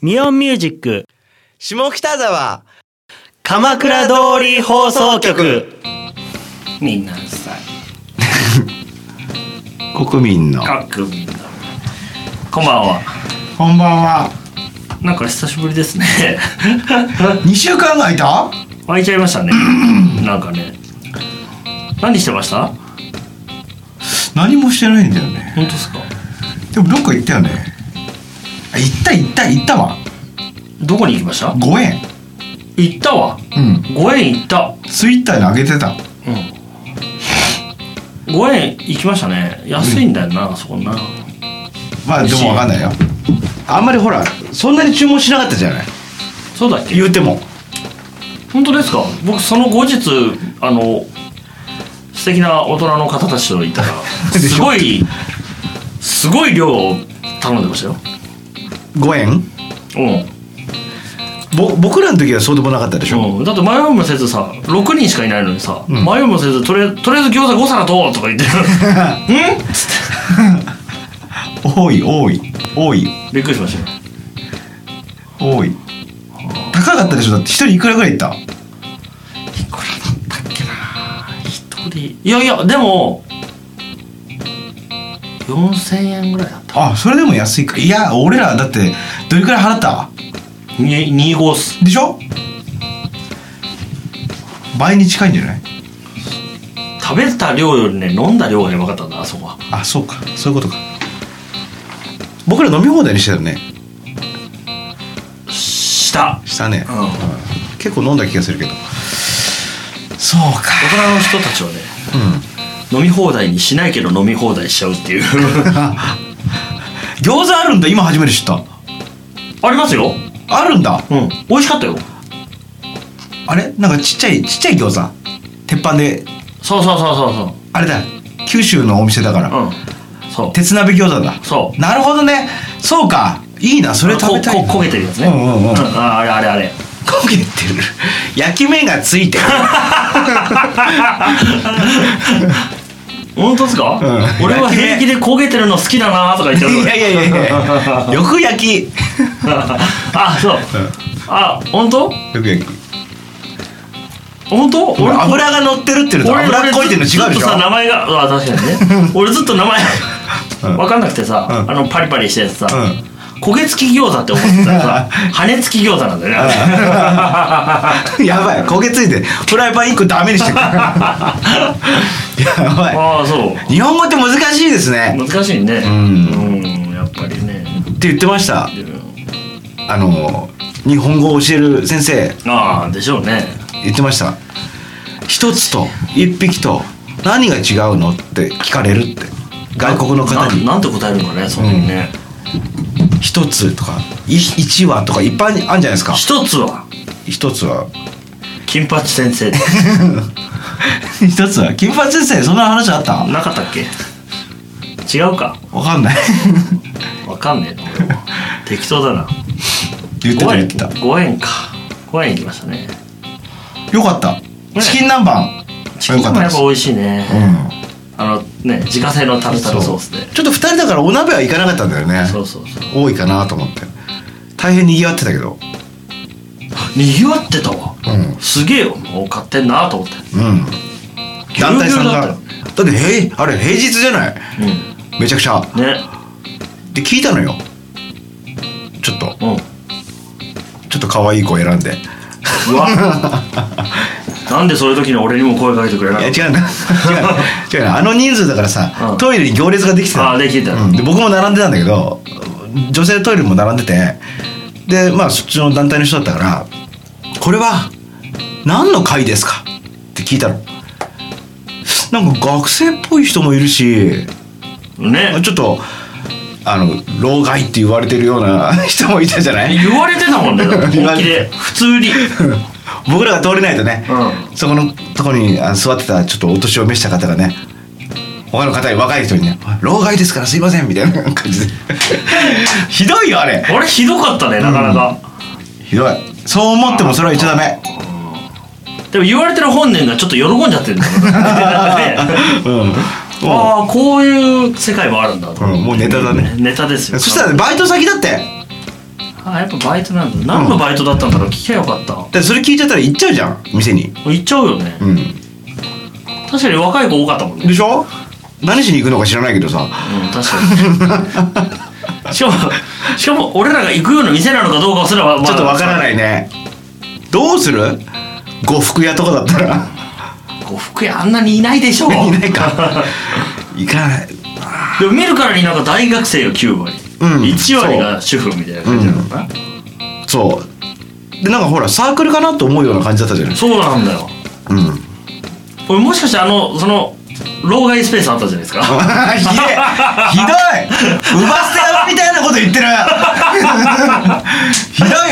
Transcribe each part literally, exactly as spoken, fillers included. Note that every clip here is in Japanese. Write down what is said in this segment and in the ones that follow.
ミオンミュージック下北沢鎌倉通り放送局。みんなさ国民の国民のこんばんは。 こんばんは。 なんか久しぶりですねにしゅうかん空いた？ 空いちゃいましたねなんかね。何してました？ 何もしてないんだよね。 本当ですか？ でもどっか行ったよね。あ、行った行った行ったわ。 どこに行きました？ ごえん行ったわ。 うんごえん行った。 ツイッターに上げてた。 うんごえん行きましたね。安いんだよな、うん、そこな。 まあでも分かんないよ。あんまりほらそんなに注文しなかったじゃない。 そうだっけ？ 言うても。 本当ですか？僕その後日あの素敵な大人の方たちといたらすごいすごい量を頼んでましたよ。 ごえん？ うん。 ぼ僕らの時はそうでもなかったでしょ、 うん、だって迷いもせずさろくにんしかいないのにさ、うん、迷いもせずとりあえず、とりあえず餃子ご皿ととか言ってうんっつって多い多い多い。 びっくりしましたよ。 多い。高かったでしょ。だって一人いくらぐらいいった？ いくらだったっけな。一人いやいやでもよんせんえんぐらいだった。 あ、それでも安いか。いや俺らだってどれくらい払った？ にじゅうごっすでしょ。倍に近いんじゃない？ 食べた量よりね飲んだ量がやばかったんだあそこは。 あ、そうか、そういうことか。僕ら飲み放題にしてたね。 したしたね、 うんうん、 結構飲んだ気がするけど。そうか。 大人の人たちはね、うん、飲み放題にしないけど飲み放題しちゃうっていう餃子あるんだ。今初めて知った。 ありますよ。 あるんだ。 うん、美味しかったよ。 あれなんかちっちゃいちっちゃい餃子鉄板で。 そうそうそうそうそう。あれだ九州のお店だから、うん、そう鉄鍋餃子だ。 そう。 なるほどね。そうか。いいなそれ食べたい。 こ焦げてるやつね。 うんうんうん、うん、 あ, あれあれあれ焦げてる。焼き目がついてる本当ですか、うん、俺は平気で焦げてるの好きだなとか言ってる。 いやいやいやいやよく焼きあ、そう、うん、あ、本当？よく焼き本当？ 俺油が乗ってるっていうのと油っこいっていうの違うでしょ。 ずっとさ名前があ確かにね俺ずっと名前分かんなくてさ、うん、あのパリパリしたやつさ、うん焦げ付き餃子って思ってたらさ羽根付き餃子なんだよねやばい焦げ付いてフライパンいっこダメにしてるやばい。 ああそう。 日本語って難しいですね。 難しいね。うん、うん、やっぱりねって言ってました、うん、あの日本語を教える先生。 ああでしょうね。 言ってました。一つと一匹と何が違うのって聞かれるって外国の方にな, なんて答えるのかねその時ね、 うん、一つとか一羽とかいっぱいあるんじゃないですか。 一つは一つは金八先生一つは金八先生。そんな話あった？ なかったっけ？違うかわかんないわかんねえ俺も適当だな。 言ってた言ってた。 ごえんか。ごえん行きましたね。 よかった、ね、チキン南蛮チキン南蛮やっぱ美味しいね、うん、あのね自家製のタルタルソースで。 ちょっとふたりだからお鍋はいかなかったんだよね。 そうそうそう。 多いかなと思って大変にぎわってたけど。 にぎわってたわ、うん、すげえよもう買ってんなと思って。うん団体さんがだってへあれ平日じゃない、うん、めちゃくちゃね。で聞いたのよちょっと、うん、ちょっと可愛い子選んで。 うわなんでそういう時に俺にも声かけてくれなかった。 いや違うんだ違う違うあの人数だからさ、うん、トイレに行列ができてた。 あできてた、 うん、で僕も並んでたんだけど女性トイレも並んでてでまあそっちの団体の人だったからこれは何の会ですかって聞いたの。なんか学生っぽい人もいるしねちょっとあの老害って言われてるような人もいたじゃない。 言われてたもんね本気で普通に僕らが通れないとね、うん、そこのとこに座ってたちょっとお年を召した方がね他の方に若い人にね老害ですからすいませんみたいな感じでひどいよあれ。 あれひどかったねなかなか、 うん、ひどい。そう思ってもそれは言っちゃダメ。 でも言われてる本人がちょっと喜んじゃってるんだようんああこういう世界もあるんだと、 うん、もうネタだね。 ネタですよ。 そしたらバイト先だってあやっぱバイトなんだ。何のバイトだったんだろう、聞きゃよかった。 でそれ聞いちゃったら行っちゃうじゃん店に。 行っちゃうよね、 うん、 確かに若い子多かったもんね。 でしょ。何しに行くのか知らないけどさ。 うん確かにしかもしかも俺らが行くような店なのかどうかすらは、まあ、 ちょっとわからないね。どうする？呉服屋とかだったら。 呉服屋あんなにいないでしょう。 いないか。行かない。 でも見るからになんか大学生がきゅうわり、うん、いちわりが主婦みたいな感じなのかな、うん、 そうでなんかほらサークルかなと思うような感じだったじゃない。 そうなんだよ。うんこれもしかしてあのその老害スペースあったじゃないですか。ひどいひどいウバステ屋みたいなこと言ってるひどい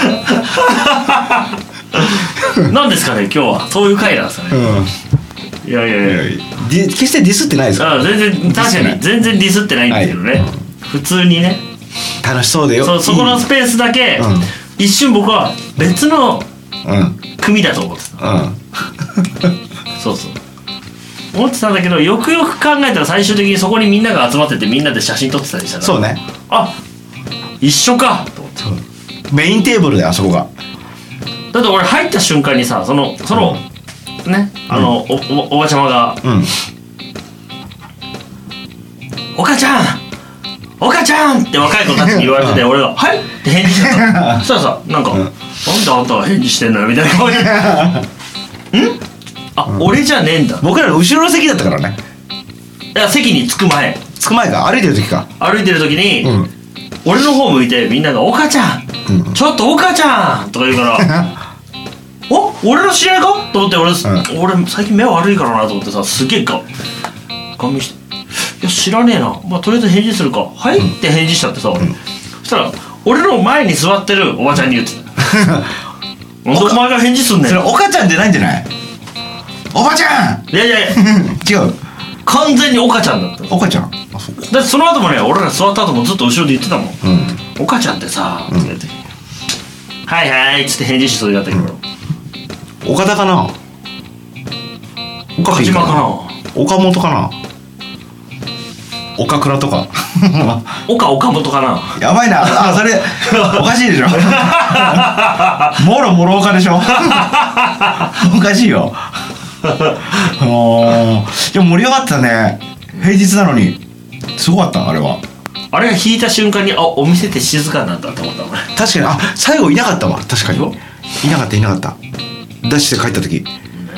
よなんですかね今日はそういう回なんですかね、うんいやいやいや、 決してディスってないですか。 あ全然確かに全然ディスってないんですけどね、はい、普通にね楽しそうでよ。 そ, そこのスペースだけ、うん、一瞬僕は別の組だと思ってた、うん、そうそう思ってたんだけどよくよく考えたら最終的にそこにみんなが集まっててみんなで写真撮ってたりしたからそうねあ一緒かと思ってメインテーブルであそこがだって俺入った瞬間にさそのその、うんね、あの、うん、お, お, おばちゃまが、うん、お母ちゃんお母ちゃんって若い子たちに言われてて、うん、俺がはいって返事しちゃったそしたらさなんか、うん、なんであんたが返事してんのよみたいな顔でんあ、うん、俺じゃねえんだ。 僕らの後ろの席だったからね。 いや席に着く前着く前か歩いてる時か歩いてる時に、うん、俺の方向いてみんながお母ちゃん、うん、ちょっとお母ちゃんとか言うからお俺の知り合いかと思って 俺,、うん、俺最近目悪いからなと思ってさすげえガガン見していや知らねえな、まあ、とりあえず返事するかはい、うん、って返事しちゃってさ、うん、そしたら俺の前に座ってるおばちゃんに言ってたお, お前が返事すんねん。 それお母ちゃんじゃないんじゃない。おばちゃんいやいやいや違う完全にお母ちゃんだった。 お母ちゃんあそうかだってその後もね俺ら座った後もずっと後ろで言ってたもん、うん、お母ちゃんってさ、うん、って言ってはいはいっつって返事しそうだったけど、うん岡田かな岡島かな岡本かな岡倉とか岡岡本かなやばいなあそれおかしいでしょもろもろ岡でしょおかしいよでも盛り上がったね平日なのにすごかったあれは。 あれが引いた瞬間にあお店って静かなんだと思ったもんね。 確かにあ最後いなかったわ確かにいなかったいなかったダッシュで帰った時、ね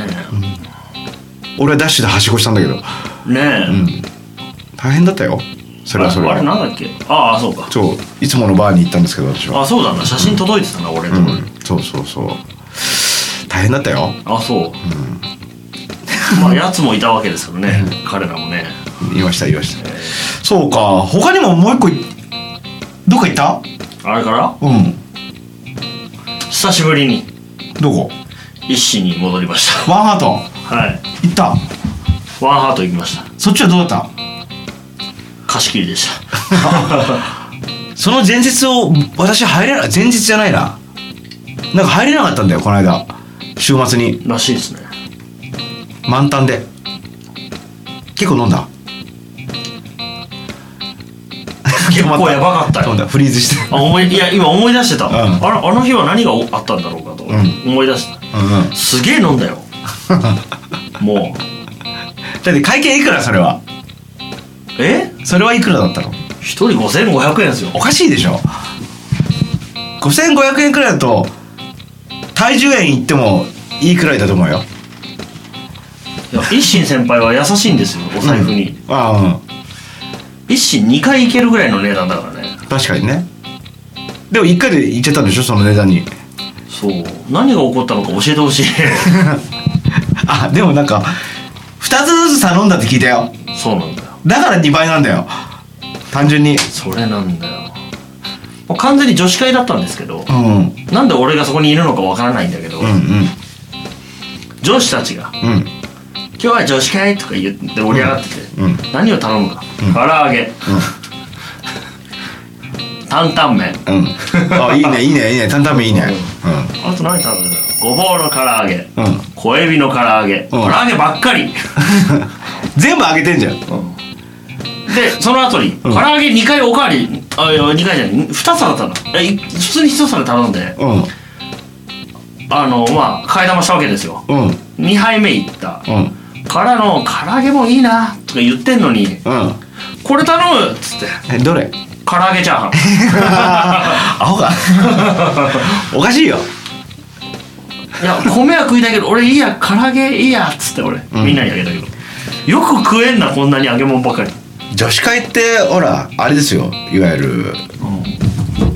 うん、俺はダッシュではしごしたんだけどねえ、うん、 大変だったよそれはそれは。 あれなんだっけああそうかそういつものバーに行ったんですけど私は。 あそうだな写真届いてたな、うん、俺のところに、うん、 そうそうそう大変だったよ。 あそう、うん、まあやつもいたわけですからね彼らもね言いました言いました、えー、そうか他にももう一個どっか行った。 あれからうん久しぶりにどこ一心に戻りました。 ワンハートはい行った。 ワンハート行きました。 そっちはどうだった。 貸し切りでしたその前日を私入れない前日じゃないななんか入れなかったんだよこの間週末にらしいですね。 満タンで結構飲んだ結構やばかったよ。 飲んだフリーズしてあ思いいや今思い出してた、うん、あ, あの日は何があったんだろうかと、うん、思い出した、うんうん、すげえ飲んだよもうだって会計いくらそれは。 えそれはいくらだったの。 一人ごせんごひゃくえんですよ。 おかしいでしょ。ごせんごひゃくえんくらいだと体重円いってもいいくらいだと思うよ。 いや一心先輩は優しいんですよお財布に、 うん、ああ、うん、 一心にかい行けるぐらいの値段だからね。 確かにね。でもいっかいで行っちゃったんでしょその値段に。 そう何が起こったのか教えてほしいあでもなんかふたつずつ頼んだって聞いたよ。 そうなんだよ。 だからにばいなんだよ単純に。 それなんだよ。もう完全に女子会だったんですけど、 うん、 なんで俺がそこにいるのかわからないんだけど、 うんうん、 上司たちが、うん、今日は女子会とか言って盛り上がってて、うん、何を頼むか、うん、唐揚げ、うん、担々麺、 うん、あいいねいいねいいね担々麺いいね、 うんうん、あと何頼むんだろう。ごぼうの唐揚げ、うん、小エビの唐揚げ、うん、唐揚げばっかり全部揚げてんじゃん、うん、 でその後に、うん、唐揚げにかいおかわり、あいやにかいじゃないに皿だったの。え普通にいち皿頼んで、うん、あのまあ替え玉したわけですよ、うん、にはいめいった、うん、からの唐揚げもいいなとか言ってんのに、うん、これ頼むっつって。 えどれ？ 唐揚げチャーハンアホかおかしいよ。 いや米は食いたいけど俺いいや唐揚げいいやっつって俺、うん、みんなにあげたけどよく食えんなこんなに揚げ物ばかり。 女子会ってほらあれですよいわゆる、うん、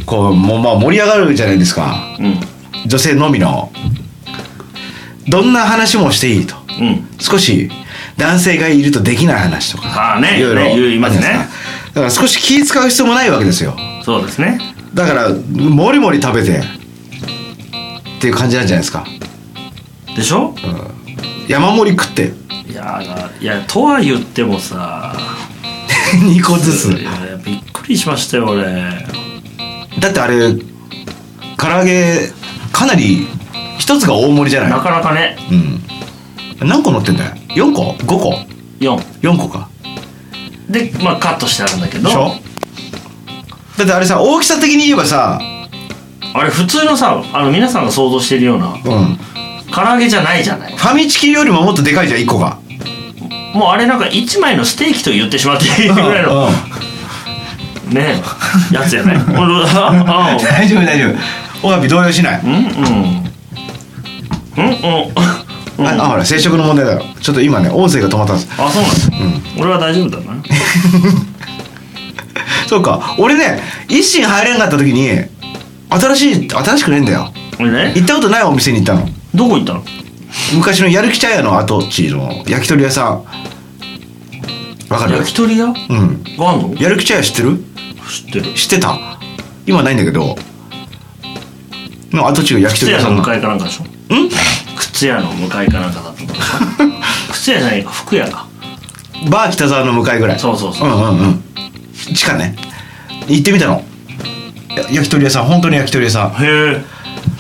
こうもうまあ盛り上がるじゃないですか、うん、女性のみのどんな話もしていいと、うん、少し男性がいるとできない話とかああねいろいろ言いますね。 だから少し気使う必要もないわけですよ。 そうですね。 だからもりもり食べてっていう感じなんじゃないですか。 でしょ、うん、 山盛り食って。 いやいやとは言ってもさにこずつ。いやびっくりしましたよ俺。 だってあれ唐揚げかなり一つが大盛りじゃない。 なかなかね。 うん。何個乗ってんだよ。よんこごこよんよんこかでまあカットしてあるんだけど。 でしょ。だってあれさ大きさ的に言えばさあれ普通のさあの皆さんが想像してるような、うん、唐揚げじゃないじゃない。 ファミチキよりももっとでかいじゃんいっこが。 もうあれなんかいちまいのステーキと言ってしまっていいぐらいの、うん、ねえやつやない大丈夫大丈夫。オガピ動揺しない。うんうんうんうんああほら接触の問題だよ。ちょっと今ね音声が止まったんです。 あそうなんです、うん、俺は大丈夫だなそうか俺ね一心入れんかった時に新しい新しくねえんだよ。 俺ね行ったことないお店に行ったの。 どこ行ったの？ 昔のやる気茶屋の跡地の焼き鳥屋さん。わかる？ 焼き鳥屋？うん。があんの？ やる気茶屋知ってる？ 知ってる。 知ってた？今ないんだけどの跡地が焼き鳥屋さんの靴屋の向かいかなんかでしょ？ん？靴屋の向かいかなんかだったとか靴屋じゃないか服屋か。 バー北沢の向かいぐらい。 そうそうそう。 うんうんうん地下ね行ってみたの。焼き鳥屋さん本当に焼き鳥屋さん。 へえ。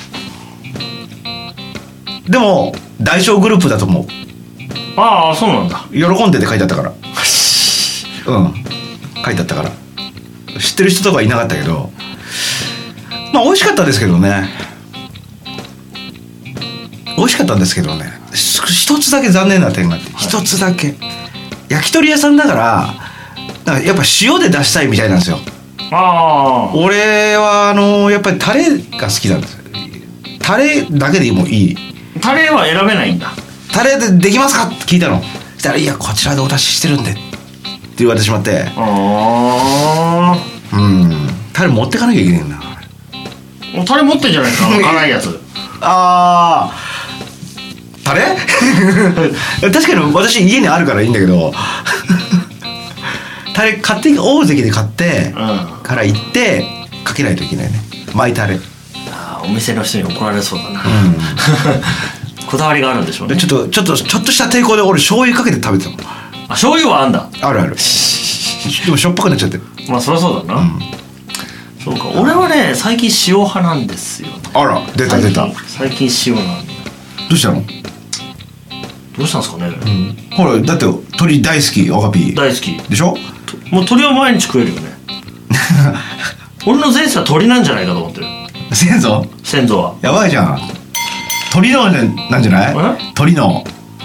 でも大小グループだと思う。 ああそうなんだ。 喜んでて書いてあったからうん書いてあったから知ってる人とかはいなかったけどまあ美味しかったですけどね。美味しかったんですけどね一つだけ残念な点があって一、はい、つだけ焼き鳥屋さんだからなんかやっぱ塩で出したいみたいなんですよ。ああ俺はあのやっぱりタレが好きなんですよ。タレだけでもいい。 タレは選べないんだ。 タレでできますかって聞いたの。そしたらいやこちらでお出ししてるんでって言われてしまって。ああうんタレ持ってかなきゃいけないんだ。 タレ持ってんじゃないですか辛いやつああタレ確かに私家にあるからいいんだけどタレ買って大関で買って、うん、から行ってかけないといけないねマイタレ。 あお店の人に怒られそうだな、うん、こだわりがあるんでしょうね。 ちょっとちょっとちょっとした抵抗で俺醤油かけて食べてたもん。 あ醤油はあんだ。 あるあるでもしょっぱくなっちゃってる。 まあそりゃそうだな、うん、そうか俺はね最近塩派なんですよ、ね、 あら出た出た最近塩なんだ。 どうしたの？ どうしたんですかね、 うん、ほらだって鳥大好きオカピー大好きでしょ。 もう鳥は毎日食えるよね俺の前世は鳥なんじゃないかと思ってる。 先祖先祖はやばいじゃん。鳥のなんじゃない？鳥の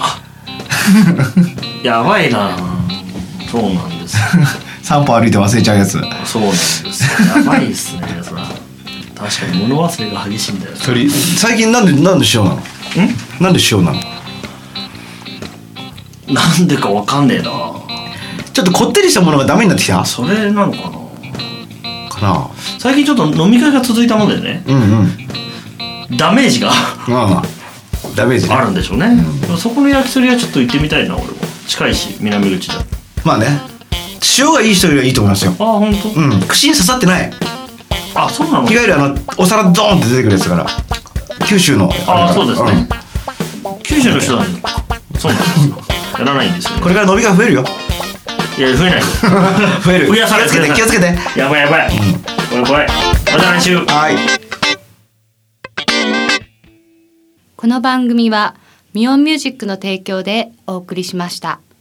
やばいな。そうなんです散歩歩いて忘れちゃうやつ。 そうなんですやばいっすねそれは確かに物忘れが激しいんだよ。 鳥最近なんでなんで塩なの？ん？なんで塩なの？ なんでかわかんねえな。 ちょっとこってりしたものがダメになってきた。 それなのかなかな。 最近ちょっと飲み会が続いたもんでね、うんうん、ダメージがああダメージ、ね、 あるんでしょうね、うん、そこの焼き鳥はちょっと行ってみたいな。俺も近いし南口じゃ。 まあね塩がいい人よりはいいと思いますよ。 ああ本当。 うん串に刺さってない。 あそうなの。 いわゆるあのお皿ドーンって出てくるやつから九州のああそうですね、うん、九州の人なんでそうなんですよやらないんですよ、ね、 これから伸びが増えるよ。 いや増えない増える。 増やされて気をつけてやばいやばい、うん、怖い怖い。また来週。 はい。 この番組はミオンミュージックの提供でお送りしました。